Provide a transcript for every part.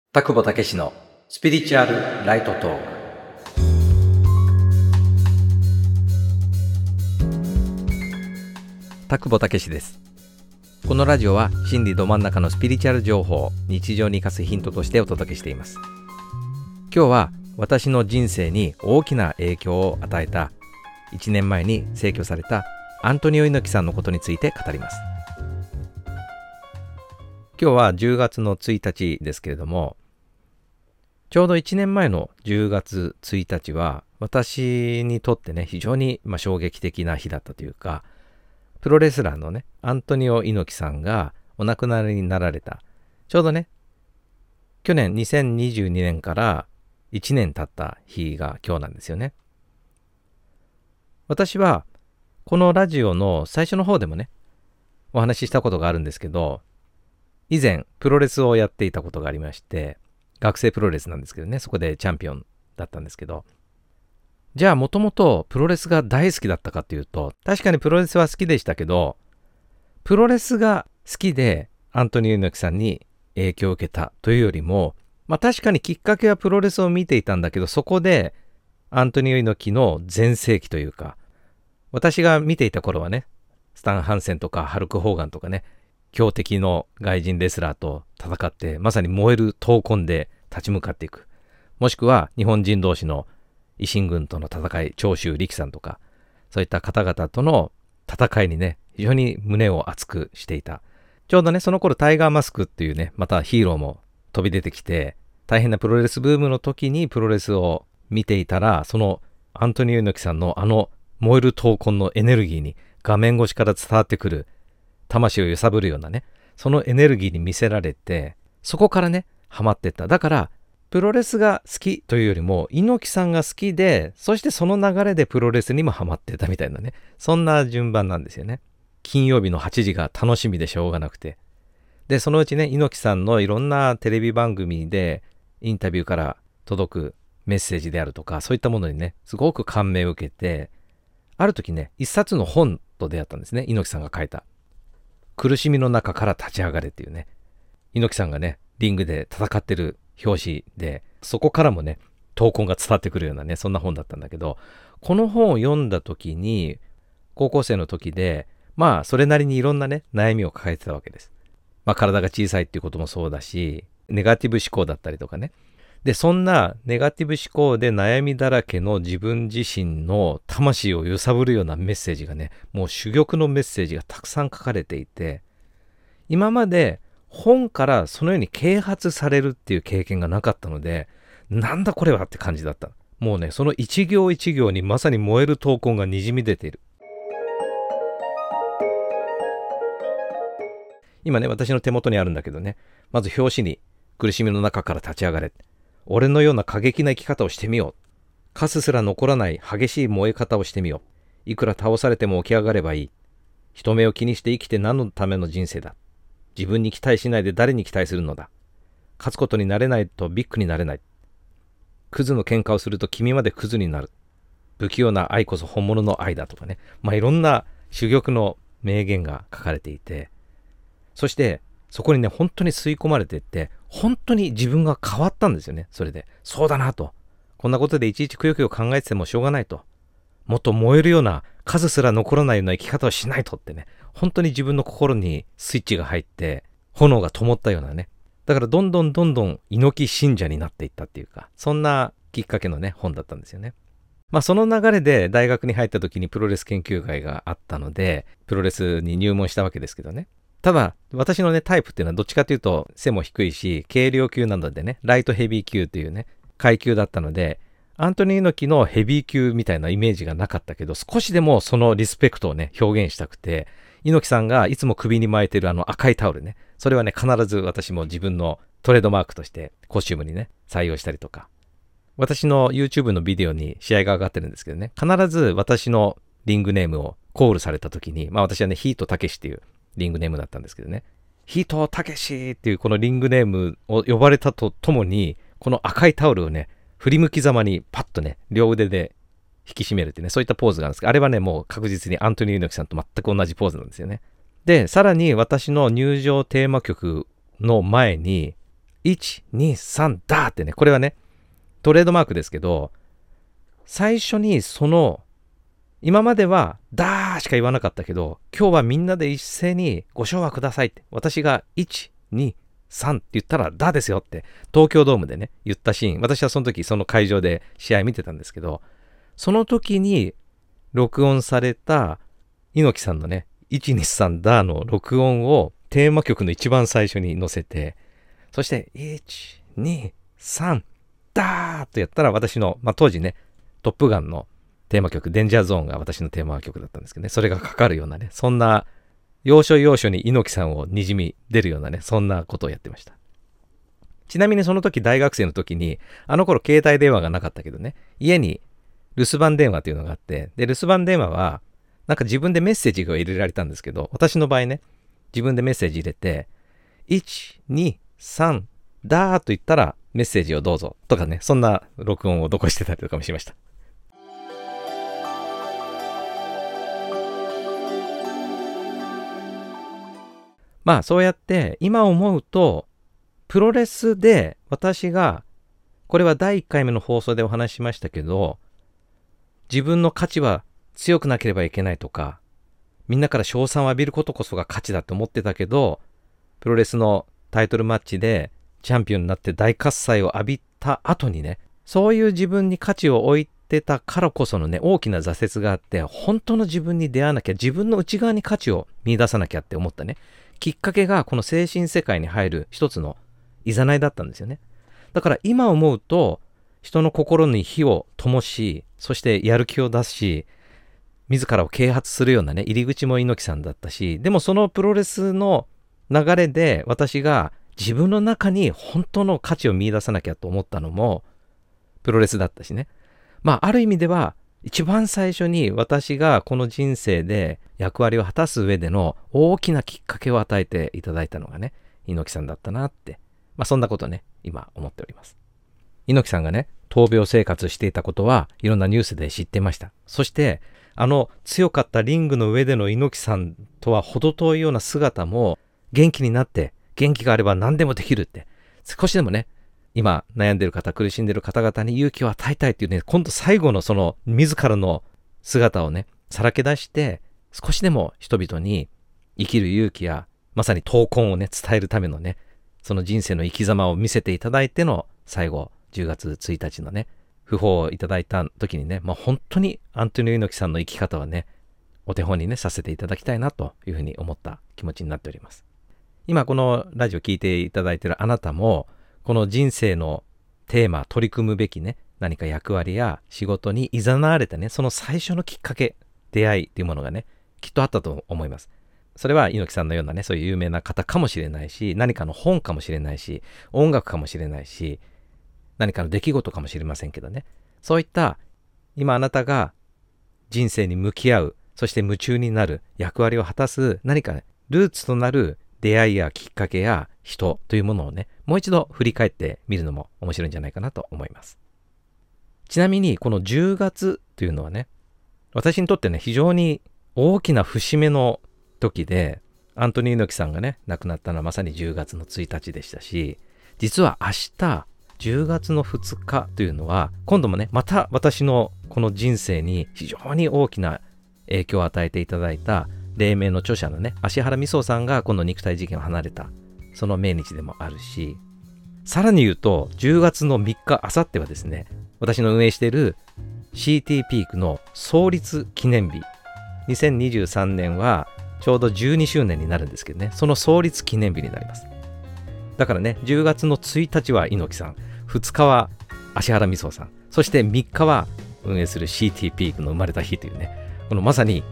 田久保武史のスピリチュアルライトトーク。田久保武史です。このラジオは心理ど真ん中のスピリチュアル情報を日常に生かすヒントとしてお届けしています。今日は私の人生に大きな影響を与えた1年前に逝去されたアントニオ猪木さんのことについて語ります。今日は10月の1日ですけれども、ちょうど1年前の10月1日は私にとってね、非常に衝撃的な日だったというか、プロレスラーのね、アントニオ猪木さんがお亡くなりになられた、ちょうどね、去年2022年から1年経った日が今日なんですよね。私はこのラジオの最初の方でもね、お話ししたことがあるんですけど、以前プロレスをやっていたことがありまして、学生プロレスなんですけどね、そこでチャンピオンだったんですけど、じゃあもともとプロレスが大好きだったかというと、確かにプロレスは好きでしたけど、プロレスが好きでアントニオ猪木さんに影響を受けたというよりも、確かにきっかけはプロレスを見ていたんだけど、そこでアントニオ猪木の全盛期というか、私が見ていた頃はね、スタン・ハンセンとかハルク・ホーガンとかね、強敵の外人レスラーと戦って、まさに燃える闘魂で立ち向かっていく。もしくは日本人同士の維新軍との戦い、長州力さんとか、そういった方々との戦いにね、非常に胸を熱くしていた。ちょうどね、その頃タイガーマスクっていうね、またヒーローも飛び出てきて、大変なプロレスブームの時にプロレスを見ていたら、そのアントニオ猪木さんの燃える闘魂のエネルギーに画面越しから伝わってくる、魂を揺さぶるようなね、そのエネルギーに魅せられて、そこからね、ハマってった。だから、プロレスが好きというよりも、猪木さんが好きで、そしてその流れでプロレスにもハマってたみたいなね、そんな順番なんですよね。金曜日の8時が楽しみでしょうがなくて。で、そのうちね、猪木さんのいろんなテレビ番組で、インタビューから届くメッセージであるとか、そういったものにね、すごく感銘を受けて、ある時ね、一冊の本と出会ったんですね、猪木さんが書いた。苦しみの中から立ち上がれっていうね、猪木さんがね、リングで戦ってる表紙で、そこからもね、闘魂が伝わってくるようなね、そんな本だったんだけど、この本を読んだ時に、高校生の時で、それなりにいろんなね、悩みを抱えてたわけです。体が小さいっていうこともそうだし、ネガティブ思考だったりとかね。で、そんなネガティブ思考で悩みだらけの自分自身の魂を揺さぶるようなメッセージがね、もう珠玉のメッセージがたくさん書かれていて、今まで本からそのように啓発されるっていう経験がなかったので、なんだこれはって感じだった。もうね、その一行一行にまさに燃える闘魂がにじみ出ている。今ね、私の手元にあるんだけどね、まず表紙に苦しみの中から立ち上がれ。俺のような過激な生き方をしてみよう。カスすら残らない激しい燃え方をしてみよう。いくら倒されても起き上がればいい。人目を気にして生きて何のための人生だ。自分に期待しないで誰に期待するのだ。勝つことになれないとビッグになれない。クズの喧嘩をすると君までクズになる。不器用な愛こそ本物の愛だとかね。いろんな珠玉の名言が書かれていて、そしてそこにね、本当に吸い込まれていって、本当に自分が変わったんですよね。それで、そうだなと。こんなことでいちいちくよくよ考えててもしょうがないと。もっと燃えるような、数すら残らないような生き方をしないとってね、本当に自分の心にスイッチが入って、炎が灯ったようなね。だからどんどん猪木信者になっていったっていうか、そんなきっかけのね、本だったんですよね。その流れで大学に入った時にプロレス研究会があったので、プロレスに入門したわけですけどね。ただ、私のね、タイプっていうのはどっちかというと背も低いし、軽量級なのでね、ライトヘビー級というね、階級だったので、アントニオ猪木のヘビー級みたいなイメージがなかったけど、少しでもそのリスペクトをね、表現したくて、猪木さんがいつも首に巻いてる赤いタオルね、それはね、必ず私も自分のトレードマークとしてコスチュームにね、採用したりとか、私の YouTube のビデオに試合が上がってるんですけどね、必ず私のリングネームをコールされた時に、私はね、ヒートたけしっていうリングネームだったんですけどね、ヒートたけしっていうこのリングネームを呼ばれたとともに、この赤いタオルをね、振り向きざまにパッとね、両腕で引き締めるってね、そういったポーズがあるんですけど、あれはね、もう確実にアントニオ猪木さんと全く同じポーズなんですよね。で、さらに私の入場テーマ曲の前に、 1、2、3だってね、これはね、トレードマークですけど、最初に今まではだーしか言わなかったけど、今日はみんなで一斉にご唱和くださいって、私が1、2、3って言ったらだですよって東京ドームでね言ったシーン、私はその時その会場で試合見てたんですけど、その時に録音された猪木さんのね1、2、3だの録音をテーマ曲の一番最初に載せて、そして1、2、3だーとやったら私の、当時ねトップガンのテーマ曲デンジャーゾーンが私のテーマ曲だったんですけどね、それがかかるようなね、そんな要所要所に猪木さんをにじみ出るようなね、そんなことをやってました。ちなみにその時大学生の時に、あの頃携帯電話がなかったけどね、家に留守番電話っていうのがあって、で留守番電話はなんか自分でメッセージが入れられたんですけど、私の場合ね、自分でメッセージ入れて1、2、3だーと言ったらメッセージをどうぞとかね、そんな録音をどこしてたりとかもしました。そうやって今思うと、プロレスで私が、これは第1回目の放送でお話ししましたけど、自分の価値は強くなければいけないとか、みんなから称賛を浴びることこそが価値だって思ってたけど、プロレスのタイトルマッチでチャンピオンになって大喝采を浴びた後にね、そういう自分に価値を置いてたからこそのね、大きな挫折があって、本当の自分に出会わなきゃ、自分の内側に価値を見出さなきゃって思ったね、きっかけがこの精神世界に入る一つのいざないだったんですよね。だから今思うと、人の心に火を灯し、そしてやる気を出すし、自らを啓発するようなね、入り口も猪木さんだったし、でもそのプロレスの流れで私が自分の中に本当の価値を見出さなきゃと思ったのもプロレスだったしね。ある意味では一番最初に私がこの人生で役割を果たす上での大きなきっかけを与えていただいたのがね、猪木さんだったなって、そんなことね、今思っております。猪木さんがね、闘病生活していたことはいろんなニュースで知ってました。そして強かったリングの上での猪木さんとは程遠いような姿も元気になって、元気があれば何でもできるって、少しでもね、今悩んでる方、苦しんでる方々に勇気を与えたいっていうね、今度最後のその自らの姿をね、さらけ出して、少しでも人々に生きる勇気や、まさに闘魂をね、伝えるためのね、その人生の生き様を見せていただいての最後、10月1日のね、訃報をいただいた時にね、本当にアントニオ猪木さんの生き方はね、お手本にね、させていただきたいなというふうに思った気持ちになっております。今このラジオ聞いていただいているあなたも、この人生のテーマ、取り組むべきね、何か役割や仕事に誘われたね、その最初のきっかけ、出会いというものがね、きっとあったと思います。それは猪木さんのようなね、そういう有名な方かもしれないし、何かの本かもしれないし、音楽かもしれないし、何かの出来事かもしれませんけどね、そういった今あなたが人生に向き合う、そして夢中になる役割を果たす何かルーツとなる出会いやきっかけや人というものをね、もう一度振り返ってみるのも面白いんじゃないかなと思います。ちなみにこの10月というのはね、私にとってね、非常に大きな節目の時で、アントニオ猪木さんがね、亡くなったのはまさに10月の1日でしたし、実は明日10月の2日というのは、今度もね、また私のこの人生に非常に大きな影響を与えていただいた黎明の著者のね、芦原美草さんがこの肉体事件を離れたその命日でもあるし、さらに言うと10月の3日、あさってはですね、私の運営している CT ピークの創立記念日、2023年はちょうど12周年になるんですけどね、その創立記念日になります。だからね、10月の1日は猪木さん、2日は芦原美草さん、そして3日は運営する CT ピークの生まれた日というね、このまさに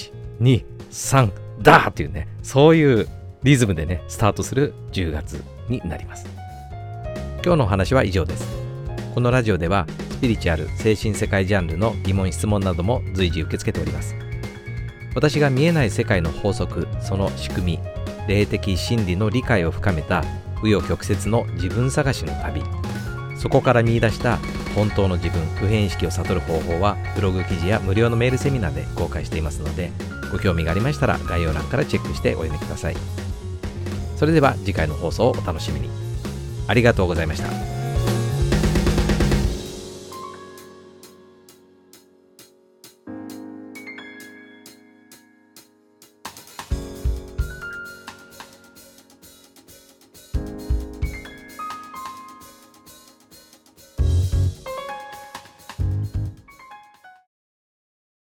1、2、3だーというね、そういうリズムでね、スタートする10月になります。今日のお話は以上です。このラジオではスピリチュアル、精神世界ジャンルの疑問質問なども随時受け付けております。私が見えない世界の法則、その仕組み、霊的真理の理解を深めた紆余曲折の自分探しの旅、そこから見出した本当の自分、普遍意識を悟る方法はブログ記事や無料のメールセミナーで公開していますので、ご興味がありましたら概要欄からチェックしてお読みください。それでは次回の放送をお楽しみに。 ありがとうございました。